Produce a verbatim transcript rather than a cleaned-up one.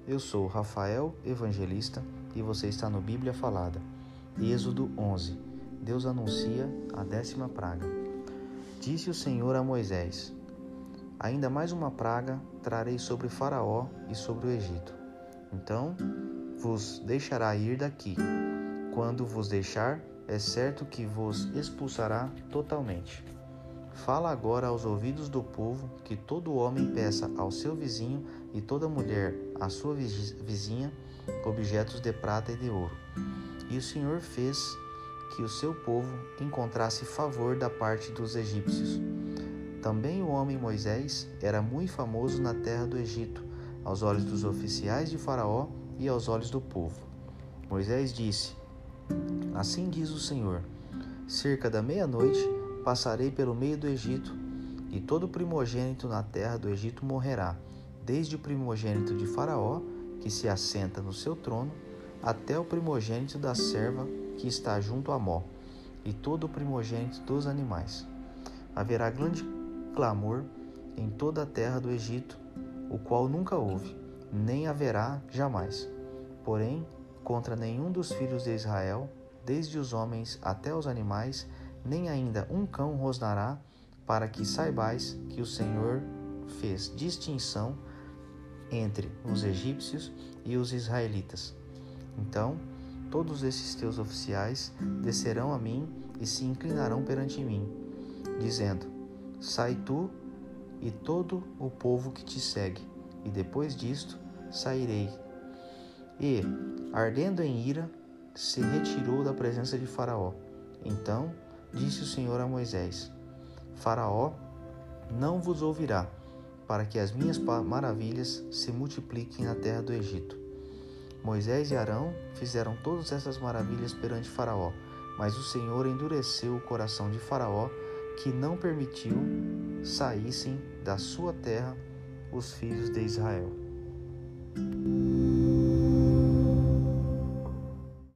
Eu sou Rafael Evangelista e você está no Bíblia Falada. Êxodo onze. Deus anuncia a décima praga. Disse o Senhor a Moisés: Ainda mais uma praga trarei sobre Faraó e sobre o Egito. Então vos deixará ir daqui. Quando vos deixar, é certo que vos expulsará totalmente. Fala agora aos ouvidos do povo que todo homem peça ao seu vizinho e toda mulher à sua vizinha objetos de prata e de ouro. E o Senhor fez que o seu povo encontrasse favor da parte dos egípcios. Também o homem Moisés era muito famoso na terra do Egito, aos olhos dos oficiais de Faraó e aos olhos do povo. Moisés disse: Assim diz o Senhor: cerca da meia-noite passarei pelo meio do Egito, e todo primogênito na terra do Egito morrerá, desde o primogênito de Faraó, que se assenta no seu trono, até o primogênito da serva que está junto a Mó, e todo o primogênito dos animais. Haverá grande clamor em toda a terra do Egito, o qual nunca houve, nem haverá jamais. Porém, contra nenhum dos filhos de Israel, desde os homens até os animais, nem ainda um cão rosnará, para que saibais que o Senhor fez distinção entre os egípcios e os israelitas. Então, todos esses teus oficiais descerão a mim e se inclinarão perante mim, dizendo: Sai tu e todo o povo que te segue, e depois disto sairei. E, ardendo em ira, se retirou da presença de Faraó. Então disse o Senhor a Moisés: Faraó não vos ouvirá, para que as minhas maravilhas se multipliquem na terra do Egito. Moisés e Arão fizeram todas essas maravilhas perante Faraó, mas o Senhor endureceu o coração de Faraó, que não permitiu saíssem da sua terra os filhos de Israel.